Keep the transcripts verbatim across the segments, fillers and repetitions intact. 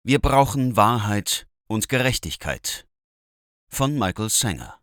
Wir brauchen Wahrheit und Gerechtigkeit von Michael Sanger.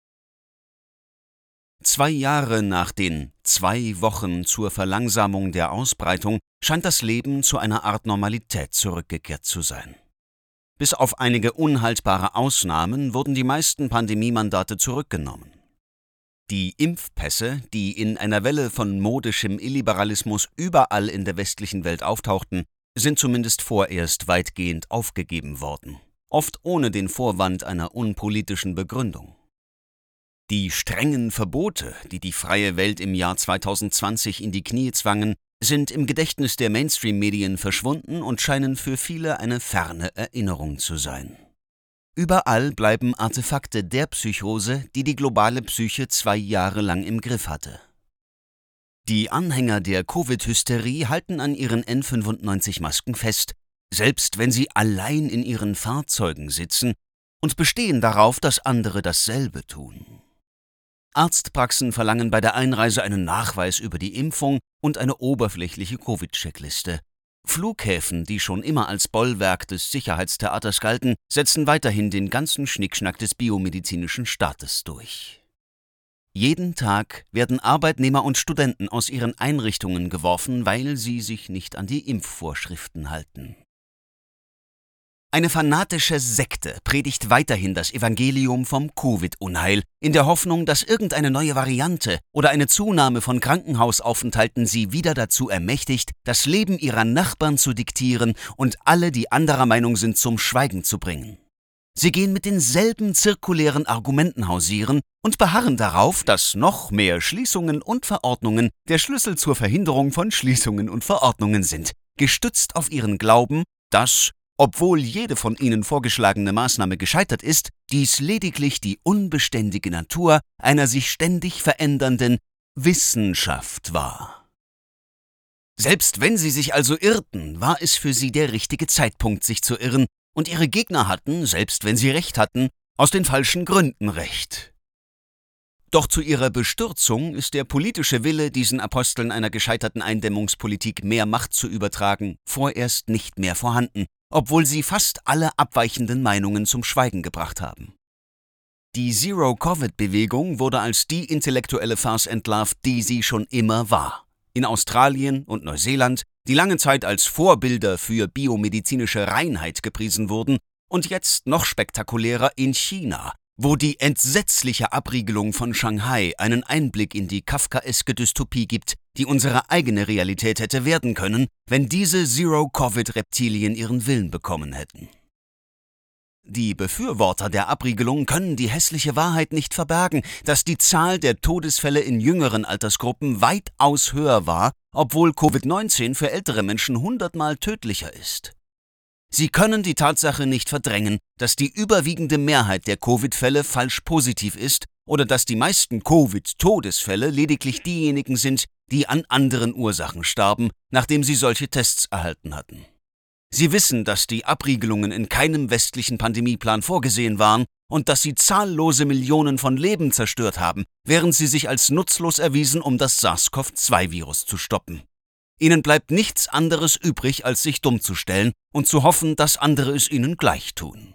Zwei Jahre nach den zwei Wochen zur Verlangsamung der Ausbreitung scheint das Leben zu einer Art Normalität zurückgekehrt zu sein. Bis auf einige unhaltbare Ausnahmen wurden die meisten Pandemiemandate zurückgenommen. Die Impfpässe, die in einer Welle von modischem Illiberalismus überall in der westlichen Welt auftauchten, sind zumindest vorerst weitgehend aufgegeben worden, oft ohne den Vorwand einer unpolitischen Begründung. Die strengen Verbote, die die freie Welt im Jahr zweitausendzwanzig in die Knie zwangen, sind im Gedächtnis der Mainstream-Medien verschwunden und scheinen für viele eine ferne Erinnerung zu sein. Überall bleiben Artefakte der Psychose, die die globale Psyche zwei Jahre lang im Griff hatte. Die Anhänger der Covid-Hysterie halten an ihren N fünfundneunzig-Masken fest, selbst wenn sie allein in ihren Fahrzeugen sitzen, und bestehen darauf, dass andere dasselbe tun. Arztpraxen verlangen bei der Einreise einen Nachweis über die Impfung und eine oberflächliche Covid-Checkliste. Flughäfen, die schon immer als Bollwerk des Sicherheitstheaters galten, setzen weiterhin den ganzen Schnickschnack des biomedizinischen Staates durch. Jeden Tag werden Arbeitnehmer und Studenten aus ihren Einrichtungen geworfen, weil sie sich nicht an die Impfvorschriften halten. Eine fanatische Sekte predigt weiterhin das Evangelium vom Covid-Unheil, in der Hoffnung, dass irgendeine neue Variante oder eine Zunahme von Krankenhausaufenthalten sie wieder dazu ermächtigt, das Leben ihrer Nachbarn zu diktieren und alle, die anderer Meinung sind, zum Schweigen zu bringen. Sie gehen mit denselben zirkulären Argumenten hausieren und beharren darauf, dass noch mehr Schließungen und Verordnungen der Schlüssel zur Verhinderung von Schließungen und Verordnungen sind, gestützt auf ihren Glauben, dass, obwohl jede von ihnen vorgeschlagene Maßnahme gescheitert ist, dies lediglich die unbeständige Natur einer sich ständig verändernden Wissenschaft war. Selbst wenn sie sich also irrten, war es für sie der richtige Zeitpunkt, sich zu irren, und ihre Gegner hatten, selbst wenn sie recht hatten, aus den falschen Gründen recht. Doch zu ihrer Bestürzung ist der politische Wille, diesen Aposteln einer gescheiterten Eindämmungspolitik mehr Macht zu übertragen, vorerst nicht mehr vorhanden, obwohl sie fast alle abweichenden Meinungen zum Schweigen gebracht haben. Die Zero-Covid-Bewegung wurde als die intellektuelle Farce entlarvt, die sie schon immer war. In Australien und Neuseeland, die lange Zeit als Vorbilder für biomedizinische Reinheit gepriesen wurden, und jetzt noch spektakulärer in China, wo die entsetzliche Abriegelung von Shanghai einen Einblick in die kafkaeske Dystopie gibt, die unsere eigene Realität hätte werden können, wenn diese Zero-Covid-Reptilien ihren Willen bekommen hätten. Die Befürworter der Abriegelung können die hässliche Wahrheit nicht verbergen, dass die Zahl der Todesfälle in jüngeren Altersgruppen weitaus höher war, obwohl Covid neunzehn für ältere Menschen hundertmal tödlicher ist. Sie können die Tatsache nicht verdrängen, dass die überwiegende Mehrheit der Covid-Fälle falsch positiv ist oder dass die meisten Covid-Todesfälle lediglich diejenigen sind, die an anderen Ursachen starben, nachdem sie solche Tests erhalten hatten. Sie wissen, dass die Abriegelungen in keinem westlichen Pandemieplan vorgesehen waren und dass sie zahllose Millionen von Leben zerstört haben, während sie sich als nutzlos erwiesen, um das SARS-CoV zwei Virus zu stoppen. Ihnen bleibt nichts anderes übrig, als sich dumm zu stellen und zu hoffen, dass andere es ihnen gleich tun.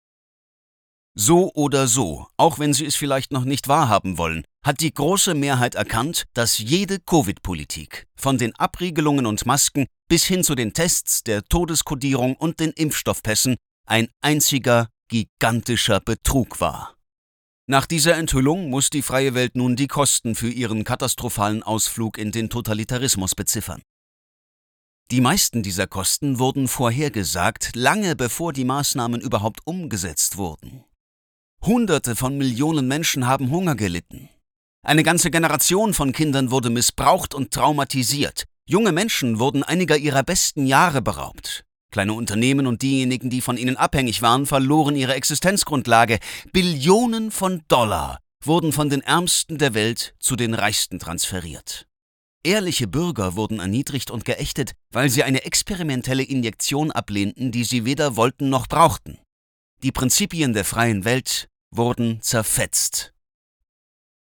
So oder so, auch wenn sie es vielleicht noch nicht wahrhaben wollen, hat die große Mehrheit erkannt, dass jede Covid-Politik, von den Abriegelungen und Masken bis hin zu den Tests, der Todeskodierung und den Impfstoffpässen, ein einziger, gigantischer Betrug war. Nach dieser Enthüllung muss die freie Welt nun die Kosten für ihren katastrophalen Ausflug in den Totalitarismus beziffern. Die meisten dieser Kosten wurden vorhergesagt, lange bevor die Maßnahmen überhaupt umgesetzt wurden. Hunderte von Millionen Menschen haben Hunger gelitten. Eine ganze Generation von Kindern wurde missbraucht und traumatisiert. Junge Menschen wurden einiger ihrer besten Jahre beraubt. Kleine Unternehmen und diejenigen, die von ihnen abhängig waren, verloren ihre Existenzgrundlage. Billionen von Dollar wurden von den Ärmsten der Welt zu den Reichsten transferiert. Ehrliche Bürger wurden erniedrigt und geächtet, weil sie eine experimentelle Injektion ablehnten, die sie weder wollten noch brauchten. Die Prinzipien der freien Welt wurden zerfetzt.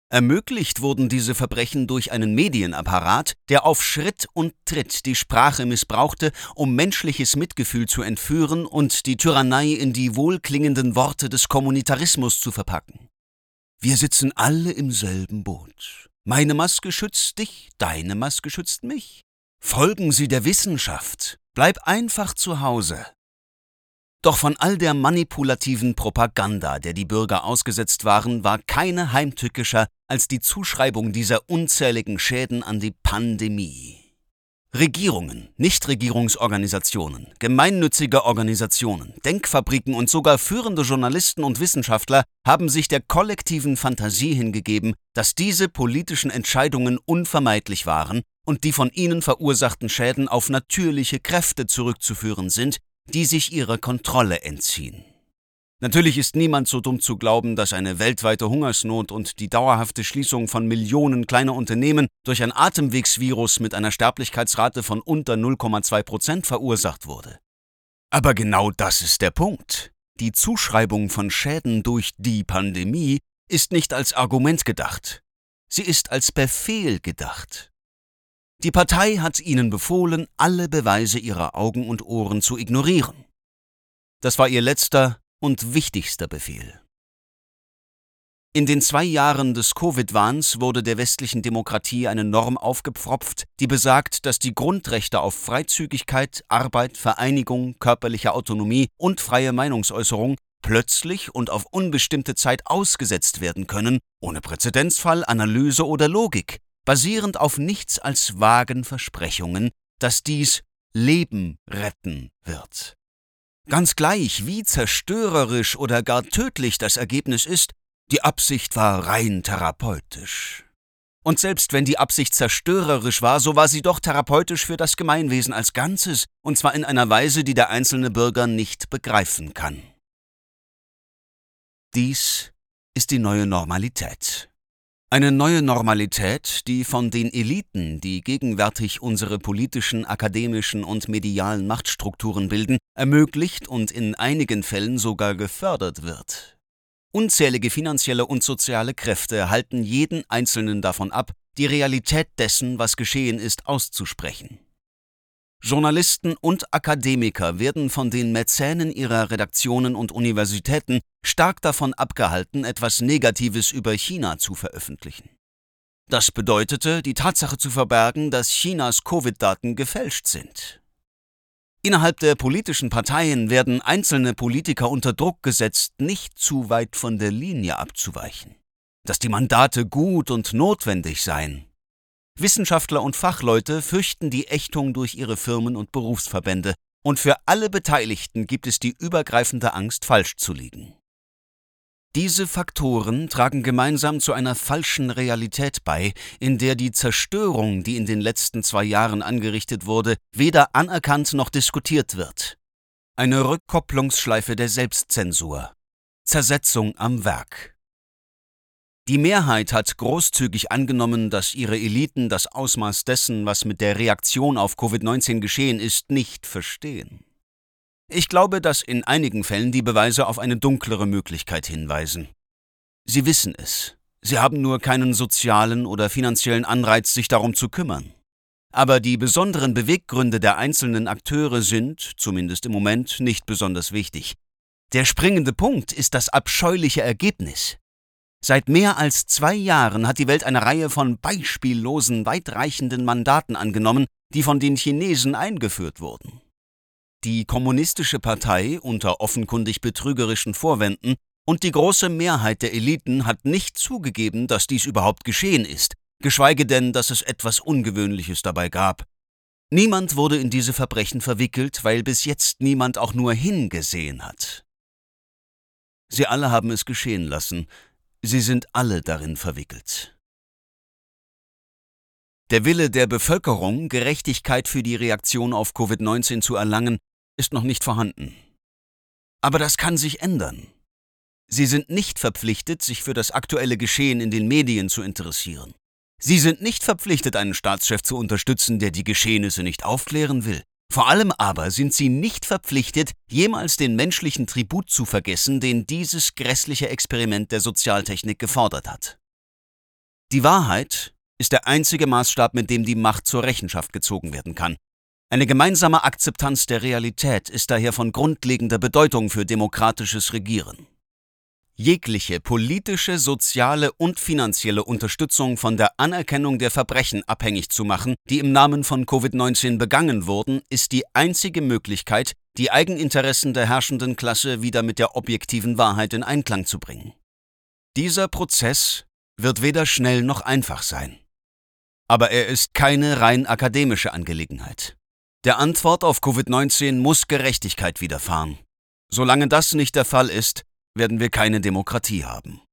Ermöglicht wurden diese Verbrechen durch einen Medienapparat, der auf Schritt und Tritt die Sprache missbrauchte, um menschliches Mitgefühl zu entführen und die Tyrannei in die wohlklingenden Worte des Kommunitarismus zu verpacken. Wir sitzen alle im selben Boot. Meine Maske schützt dich, deine Maske schützt mich. Folgen Sie der Wissenschaft. Bleib einfach zu Hause. Doch von all der manipulativen Propaganda, der die Bürger ausgesetzt waren, war keine heimtückischer als die Zuschreibung dieser unzähligen Schäden an die Pandemie. Regierungen, Nichtregierungsorganisationen, gemeinnützige Organisationen, Denkfabriken und sogar führende Journalisten und Wissenschaftler haben sich der kollektiven Fantasie hingegeben, dass diese politischen Entscheidungen unvermeidlich waren und die von ihnen verursachten Schäden auf natürliche Kräfte zurückzuführen sind, die sich ihrer Kontrolle entziehen. Natürlich ist niemand so dumm zu glauben, dass eine weltweite Hungersnot und die dauerhafte Schließung von Millionen kleiner Unternehmen durch ein Atemwegsvirus mit einer Sterblichkeitsrate von unter null Komma zwei Prozent verursacht wurde. Aber genau das ist der Punkt. Die Zuschreibung von Schäden durch die Pandemie ist nicht als Argument gedacht. Sie ist als Befehl gedacht. Die Partei hat ihnen befohlen, alle Beweise ihrer Augen und Ohren zu ignorieren. Das war ihr letzter und wichtigster Befehl. In den zwei Jahren des Covid-Wahns wurde der westlichen Demokratie eine Norm aufgepfropft, die besagt, dass die Grundrechte auf Freizügigkeit, Arbeit, Vereinigung, körperliche Autonomie und freie Meinungsäußerung plötzlich und auf unbestimmte Zeit ausgesetzt werden können, ohne Präzedenzfall, Analyse oder Logik, basierend auf nichts als vagen Versprechungen, dass dies Leben retten wird. Ganz gleich, wie zerstörerisch oder gar tödlich das Ergebnis ist, die Absicht war rein therapeutisch. Und selbst wenn die Absicht zerstörerisch war, so war sie doch therapeutisch für das Gemeinwesen als Ganzes, und zwar in einer Weise, die der einzelne Bürger nicht begreifen kann. Dies ist die neue Normalität. Eine neue Normalität, die von den Eliten, die gegenwärtig unsere politischen, akademischen und medialen Machtstrukturen bilden, ermöglicht und in einigen Fällen sogar gefördert wird. Unzählige finanzielle und soziale Kräfte halten jeden Einzelnen davon ab, die Realität dessen, was geschehen ist, auszusprechen. Journalisten und Akademiker werden von den Mäzenen ihrer Redaktionen und Universitäten stark davon abgehalten, etwas Negatives über China zu veröffentlichen. Das bedeutete, die Tatsache zu verbergen, dass Chinas Covid-Daten gefälscht sind. Innerhalb der politischen Parteien werden einzelne Politiker unter Druck gesetzt, nicht zu weit von der Linie abzuweichen, dass die Mandate gut und notwendig seien. Wissenschaftler und Fachleute fürchten die Ächtung durch ihre Firmen und Berufsverbände, und für alle Beteiligten gibt es die übergreifende Angst, falsch zu liegen. Diese Faktoren tragen gemeinsam zu einer falschen Realität bei, in der die Zerstörung, die in den letzten zwei Jahren angerichtet wurde, weder anerkannt noch diskutiert wird. Eine Rückkopplungsschleife der Selbstzensur. Zersetzung am Werk. Die Mehrheit hat großzügig angenommen, dass ihre Eliten das Ausmaß dessen, was mit der Reaktion auf Covid neunzehn geschehen ist, nicht verstehen. Ich glaube, dass in einigen Fällen die Beweise auf eine dunklere Möglichkeit hinweisen. Sie wissen es. Sie haben nur keinen sozialen oder finanziellen Anreiz, sich darum zu kümmern. Aber die besonderen Beweggründe der einzelnen Akteure sind, zumindest im Moment, nicht besonders wichtig. Der springende Punkt ist das abscheuliche Ergebnis. Seit mehr als zwei Jahren hat die Welt eine Reihe von beispiellosen, weitreichenden Mandaten angenommen, die von den Chinesen eingeführt wurden. Die Kommunistische Partei unter offenkundig betrügerischen Vorwänden und die große Mehrheit der Eliten hat nicht zugegeben, dass dies überhaupt geschehen ist, geschweige denn, dass es etwas Ungewöhnliches dabei gab. Niemand wurde in diese Verbrechen verwickelt, weil bis jetzt niemand auch nur hingesehen hat. Sie alle haben es geschehen lassen. Sie sind alle darin verwickelt. Der Wille der Bevölkerung, Gerechtigkeit für die Reaktion auf Covid neunzehn zu erlangen, ist noch nicht vorhanden. Aber das kann sich ändern. Sie sind nicht verpflichtet, sich für das aktuelle Geschehen in den Medien zu interessieren. Sie sind nicht verpflichtet, einen Staatschef zu unterstützen, der die Geschehnisse nicht aufklären will. Vor allem aber sind sie nicht verpflichtet, jemals den menschlichen Tribut zu vergessen, den dieses grässliche Experiment der Sozialtechnik gefordert hat. Die Wahrheit ist der einzige Maßstab, mit dem die Macht zur Rechenschaft gezogen werden kann. Eine gemeinsame Akzeptanz der Realität ist daher von grundlegender Bedeutung für demokratisches Regieren. Jegliche politische, soziale und finanzielle Unterstützung von der Anerkennung der Verbrechen abhängig zu machen, die im Namen von Covid neunzehn begangen wurden, ist die einzige Möglichkeit, die Eigeninteressen der herrschenden Klasse wieder mit der objektiven Wahrheit in Einklang zu bringen. Dieser Prozess wird weder schnell noch einfach sein. Aber er ist keine rein akademische Angelegenheit. Der Antwort auf Covid neunzehn muss Gerechtigkeit widerfahren. Solange das nicht der Fall ist, werden wir keine Demokratie haben.